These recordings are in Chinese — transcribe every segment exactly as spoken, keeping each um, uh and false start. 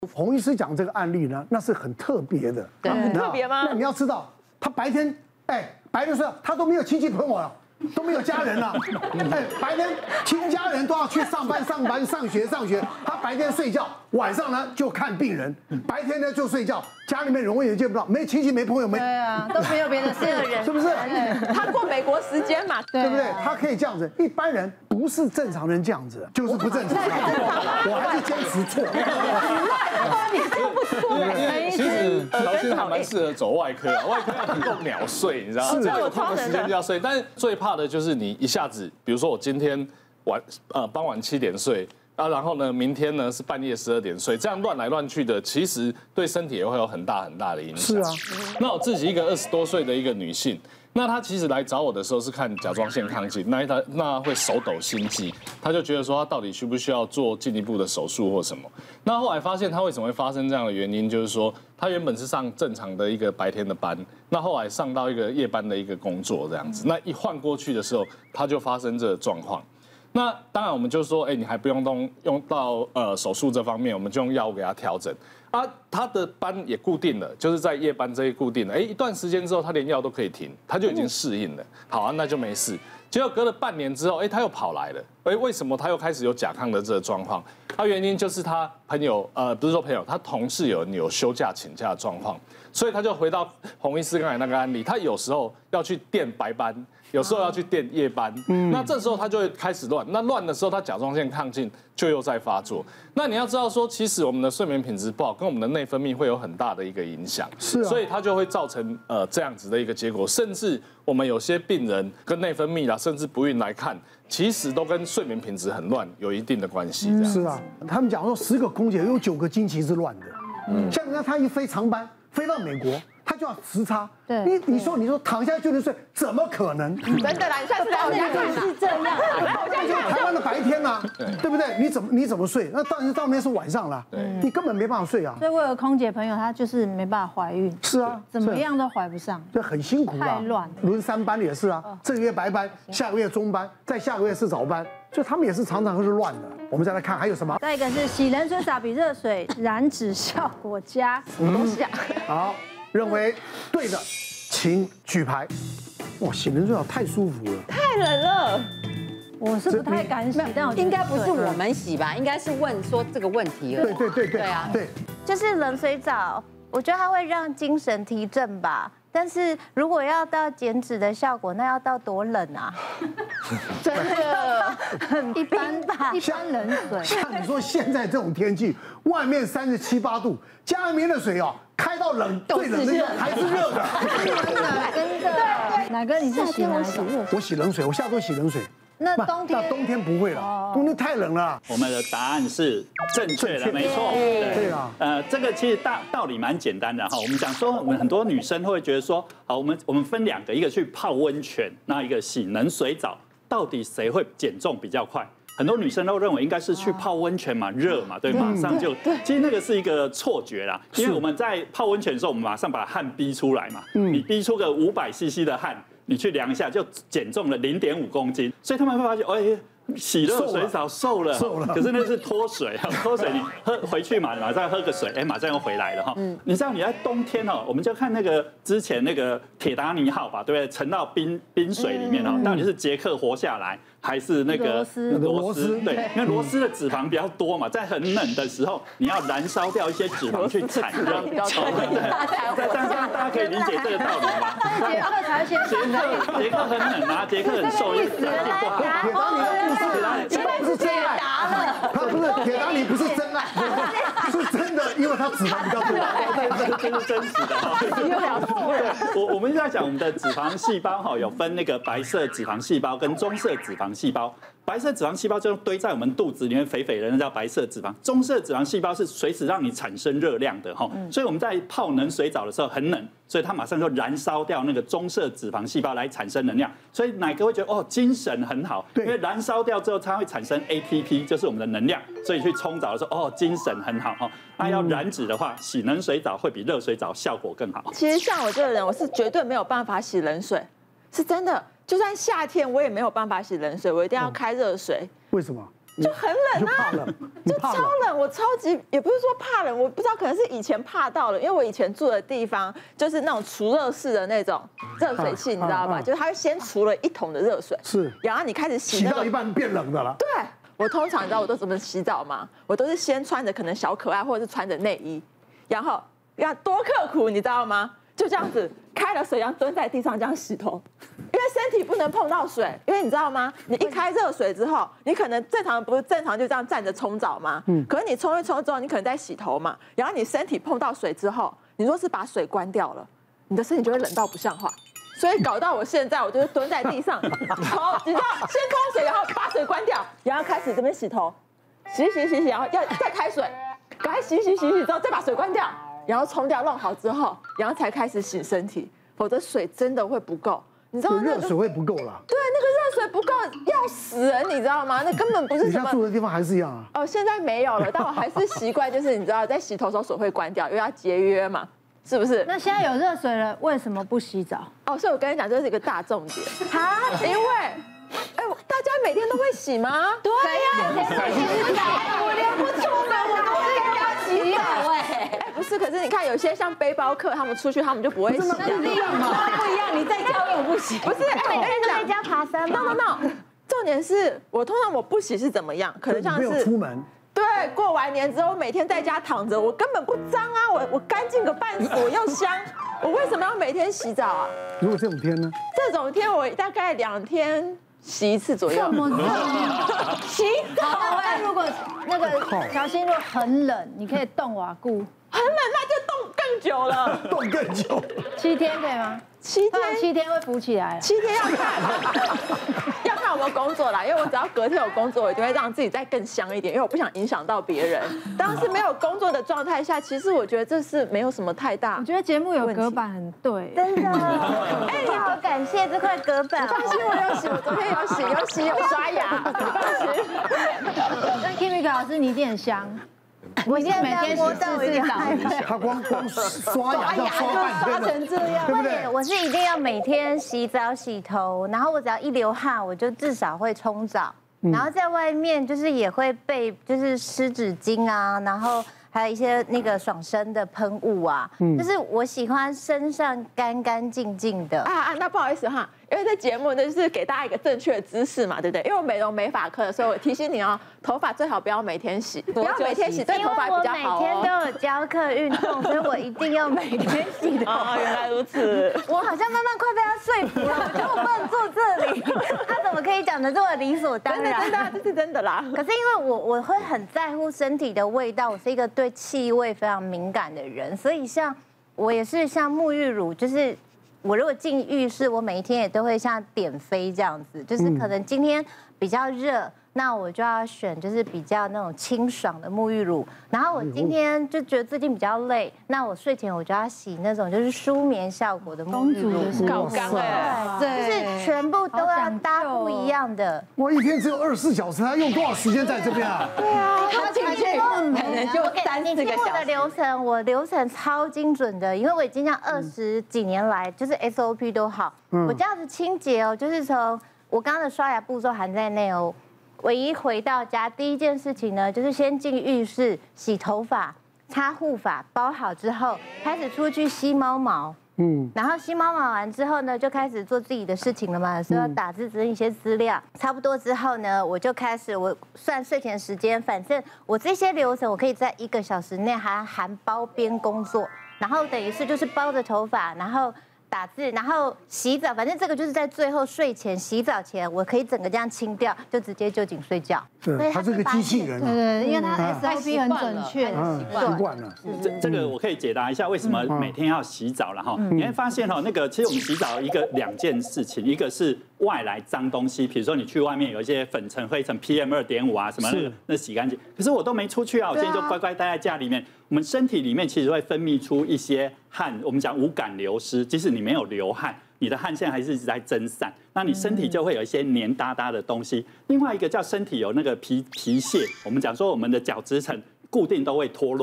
洪医师讲这个案例呢，那是很特别的， 对，很特别吗？ 那你要知道，他白天哎，白天睡觉，他都没有亲戚朋友了。 都没有家人了，哎，白天亲家人都要去上班、上班、上学、上学。他白天睡觉，晚上呢就看病人，白天呢就睡觉，家里面人我也见不到，没亲戚、没朋友、没对啊，都没有别的事人， 是不是？ 他过美国时间嘛， 对不对？他可以这样子，一般人不是正常人这样子，就是不正常。我还是坚持错。 你这不错， 其实曹先生还蛮适合走外科啊，外科要能够秒睡，你知道吗？只要有空的时间就要睡，但是最怕的就是你一下子，比如说我今天晚呃傍晚七点睡。 啊，然后呢，明天呢是半夜十二点睡，这样乱来乱去的，其实对身体也会有很大很大的影响。 是啊， 那我自己一个二十多岁的一个女性，那她其实来找我的时候是看甲状腺亢进，那她那会手抖心悸，她就觉得说她到底需不需要做进一步的手术或什么？那后来发现她为什么会发生这样的原因，就是说她原本是上正常的一个白天的班，那后来上到一个夜班的一个工作这样子，那一换过去的时候，她就发生这个状况。 那当然，我们就说，哎，你还不用动用到呃手术这方面，我们就用药物给他调整啊。他的班也固定了，就是在夜班这一固定了。哎，一段时间之后，他连药都可以停，他就已经适应了。好啊，那就没事。结果隔了半年之后，哎，他又跑来了。哎，为什么他又开始有甲亢的这个状况？他原因就是他朋友呃，不是说朋友，他同事有有休假请假的状况，所以他就回到洪医师刚才那个案例，他有时候要去垫白班。 有时候要去垫夜班，嗯，那这时候他就会开始乱。那乱的时候，他甲状腺亢进就又在发作。那你要知道说，其实我们的睡眠品质不好，跟我们的内分泌会有很大的一个影响。 是啊， 所以它就会造成呃这样子的一个结果。甚至我们有些病人跟内分泌啦，甚至不孕来看，其实都跟睡眠品质很乱有一定的关系。 嗯、是啊，他们讲说十个空姐有九个经期是乱的。嗯，像人家他一飞长班飞到美国。 他就要时差， 对， 你你说你说躺下就能睡，怎么可能？ 真的啦，你下次来我家看是这样， 来我家看。 台湾的白天呐，对不对？你怎么你怎么睡？那当然到那边是晚上了，你根本没办法睡啊。 所以我有空姐朋友，她就是没办法怀孕， 是啊， 怎么样都怀不上， 就很辛苦啊。 太乱， 轮三班也是啊，这个月白班，下个月中班，再下个月是早班，所以他们也是常常会是乱的。我们再来看还有什么？ 再一个是洗冷水澡比热水燃脂效果佳，什么东西啊？ 好。 认为对的，请举牌。哇，洗冷水澡太舒服了， 太冷了。 我是不太敢洗，但我应该不是我们洗吧？应该是问说这个问题了。 对对对对， 对啊， 对， 就是冷水澡，我觉得它会让精神提振吧。但是如果要到减脂的效果，那要到多冷啊？ 真的， 很一般吧，一般冷水。 像你说现在这种天气，外面三十七八度，家里面的水哦。 开到冷最冷的时候还是热的， 真的真的。哪哥你是洗哪种？ 我洗冷水，我下周洗冷水。 那冬天？ 那冬天不会了，冬天太冷了。 我们的答案是正确的，没错。 对啊， 呃，这个其实大道理蛮简单的哈。我们讲说，我们很多女生会觉得说，好，我们我们分两个，一个去泡温泉，那一个洗冷水澡，到底谁会减重比较快？ 很多女生都认为应该是去泡温泉嘛，热嘛，对，马上就。其实那个是一个错觉啦，因为我们在泡温泉的时候，我们马上把汗逼出来嘛，你逼出个五百 C C 的汗，你去量一下就减重了零点五公斤，所以他们会发现，哎。 洗热水澡瘦了，瘦了，可是那是脱水，脱水你喝回去嘛，马上喝个水，哎，马上又回来了哈。嗯，你知道你在冬天哦，我们就看那个之前那个铁达尼号吧，对不对？沉到冰冰水里面哦，到底是杰克活下来，还是那个罗斯？对，因为罗斯的脂肪比较多嘛，在很冷的时候，你要燃烧掉一些脂肪去产热，对，这样大家可以理解这个道理吗？ 杰克才先杰克杰克很冷啊，杰克很瘦，又铁达尼不是真爱，他不是铁达尼，不是真爱，是真的，因为他脂肪比较多， 这这是真实的哈。我我们在讲我们的脂肪细胞哈，有分那个白色脂肪细胞跟棕色脂肪细胞。白色脂肪细胞就堆在我们肚子里面肥肥的，那叫白色脂肪。棕色脂肪细胞是随时让你产生热量的哈，所以我们在泡冷水澡的时候很冷，所以它马上就燃烧掉那个棕色脂肪细胞来产生能量，所以奶哥会觉得哦精神很好，因为燃烧掉之后它会产生 A T P， 就是我们的能量，所以去冲澡的时候哦精神很好哈。那要燃脂的话，洗冷水澡会比热水澡效果更好。 其实像我这个人，我是绝对没有办法洗冷水，是真的。就算夏天我也没有办法洗冷水，我一定要开热水。 为什么？ 就很冷啊， 就怕冷，你就超怕冷。 冷，我超级也不是说怕冷，我不知道可能是以前怕到了，因为我以前住的地方就是那种除热式的那种热水器，你知道吧？ 啊啊就是它会先除了一桶的热水， 是， 然后你开始洗那个洗到一半变冷的了。 对，我通常你知道我都怎么洗澡吗？我都是先穿着可能小可爱，或者是穿着内衣，然后要多刻苦，你知道吗？就这样子开了水，然后蹲在地上这样洗头，因为身体不能碰到水，因为你知道吗？你一开热水之后，你可能正常不是正常就这样站着冲澡吗？嗯。可是你冲一冲之后，你可能在洗头嘛，然后你身体碰到水之后，你若是把水关掉了，你的身体就会冷到不像话。所以搞到我现在，我就是蹲在地上，好，你知道，先冲水，然后把水关掉，然后开始这边洗头，洗洗洗洗，然后要再开水，赶快洗洗洗洗之后再把水关掉。然后冲掉弄好之后，然后才开始洗身体，否则水真的会不够。你知道那个热水会不够了。 对，那个热水不够要死人，你知道吗？那根本不是你什么。 家住的地方还是一样啊。 哦，现在没有了，但我还是习惯，就是你知道，在洗头的时候水会关掉，因为要节约嘛，是不是？ 那现在有热水了，为什么不洗澡？ 哦，所以我跟你讲，这是一个大重点啊，因为，哎，大家每天都会洗吗？ 对呀，每天洗澡，我连不出门我都在家洗澡哎。 不是，可是你看有些像背包客，他们出去他们就不会洗啊。 不一样嘛，不一样。你在家为什么不洗？ 不是，哎，我跟你讲， 在家爬山吗 ？No No No， 重点是我通常我不洗是怎么样？可能像没有是出门。 对，过完年之后每天在家躺着，我根本不脏啊，我我干净个半死，我又香，我为什么要每天洗澡啊？ 如果这种天呢？ 这种天我大概两天洗一次左右。 这么热，洗澡。那如果那个小新如果很冷，你可以冻瓦固。 很冷，那就冻更久了。 冻更久。 七天可以吗？ 七不然天， 七天会浮起来。 七天要看，要看有没有工作啦。因为我只要隔天有工作，我就会让自己再更香一点，因为我不想影响到别人。当时没有工作的状态下，其实我觉得这是没有什么太大。 我觉得节目有隔板很对， 真的。哎，你好感谢这块隔板。 放心，我有洗，我昨天有洗，有洗有刷牙，你放心。 那 Kimiko 老师你一定很香。我一定每天洗四次澡， 他光光刷牙要刷半天成这样， 对不对？ 我是一定要每天洗澡洗头，然后我只要一流汗，我就至少会冲澡，然后在外面就是也会备就是湿纸巾啊，然后还有一些那个爽身的喷雾啊，就是我喜欢身上干干净净的。 啊啊，那不好意思哈，因为这节目呢就是给大家一个正确的知识嘛，对不对？因为我美容美发科的，所以我提醒你哦，头发最好不要每天洗，不要每天洗，对头发比较好因为我每天都有教课运动，所以我一定要每天洗头。 哦，原来如此。 我好像慢慢快被他说服了，我觉得我不能坐这里，他怎么可以讲的这么理所当然？ 真的，这是真的啦。 可是因为我我会很在乎身体的味道，我是一个对气味非常敏感的人，所以像我也是像沐浴乳，就是我如果进浴室，我每一天也都会像点飞这样子，就是可能今天比较热，那我就要选就是比较那种清爽的沐浴乳。然后我今天就觉得最近比较累，那我睡前我就要洗那种就是舒眠效果的沐浴乳， 搞刚哎， 就是全部都要搭不一样的。 我一天只有二十四小时，他用多少时间在这边啊？ 对啊，他进去可能就三四个我的小时。 流程，我流程超精准的，因为我已经这样二十几年来，就是 S O P 都好。我这样子清洁哦，就是从我刚刚的刷牙步骤含在内哦。唯一回到家第一件事情呢，就是先进浴室洗头发、擦护发，包好之后开始出去吸猫毛。嗯，然后吸猫毛完之后呢，就开始做自己的事情了嘛，所以要打字整理一些资料。差不多之后呢，我就开始我算睡前时间，反正我这些流程我可以在一个小时内还含包边工作，然后等于是就是包着头发，然后打字，然后洗澡，反正这个就是在最后睡前洗澡前，我可以整个这样清掉，就直接就寝睡觉。 是，他是个机器人。 对对，因为他 S O P 很准确， 嗯，习惯了。 这这个我可以解答一下，为什么每天要洗澡了哈？你会发现哈，那个其实我们洗澡一个两件事情，一个是外来脏东西，比如说你去外面有一些粉尘、灰尘、P M 二点五啊什么那个那洗干净。可是我都没出去啊，我今天就乖乖待在家里面。我们身体里面其实会分泌出一些汗，我们讲无感流失，即使你没有流汗，你的汗腺还是一直在蒸散，那你身体就会有一些黏哒哒的东西。另外一个叫身体有那个皮皮屑，我们讲说我们的角质层固定都会脱落。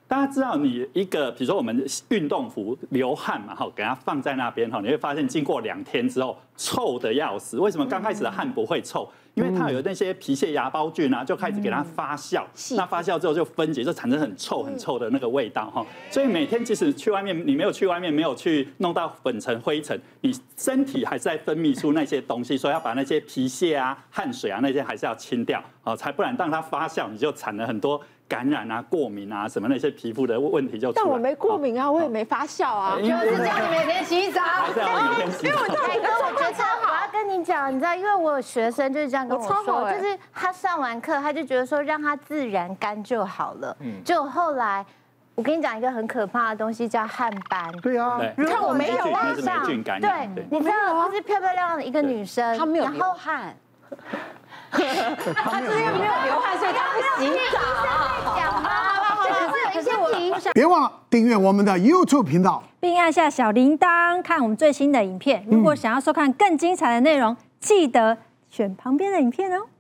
大家知道，你一个比如说我们运动服流汗嘛，哈，给它放在那边哈，你会发现经过两天之后臭的要死。为什么刚开始的汗不会臭？因为它有那些皮屑芽孢菌啊，就开始给它发酵，那发酵之后就分解，就产生很臭很臭的那个味道哈。所以每天即使去外面，你没有去外面，没有去弄到粉尘灰尘，你身体还是在分泌出那些东西，所以要把那些皮屑啊、汗水啊那些还是要清掉啊，才不然让它发酵，你就产了很多感染啊、过敏啊什么那些皮肤的问题就出来。 但我没过敏啊，我也没发酵啊， 就是叫你每天洗澡。 还是要每天洗澡。 凯哥，我觉得我要跟你讲，你知道，因为我有学生就是这样跟我说， 我超好欸就是他上完课，他就觉得说让他自然干就好了。就后来，我跟你讲一个很可怕的东西，叫汗斑。 对啊， 对， 如果我没有啊那是霉菌感染。 对，你知道，就是漂漂亮亮的一个女生， 他没有然后流汗， 他是因为没有流汗，所以他不洗澡。 讲啊，可是我不想。 别忘了订阅我们的 YouTube 频道。 并按下小铃铛看我们最新的影片。如果想要收看更精彩的内容，记得选旁边的影片哦。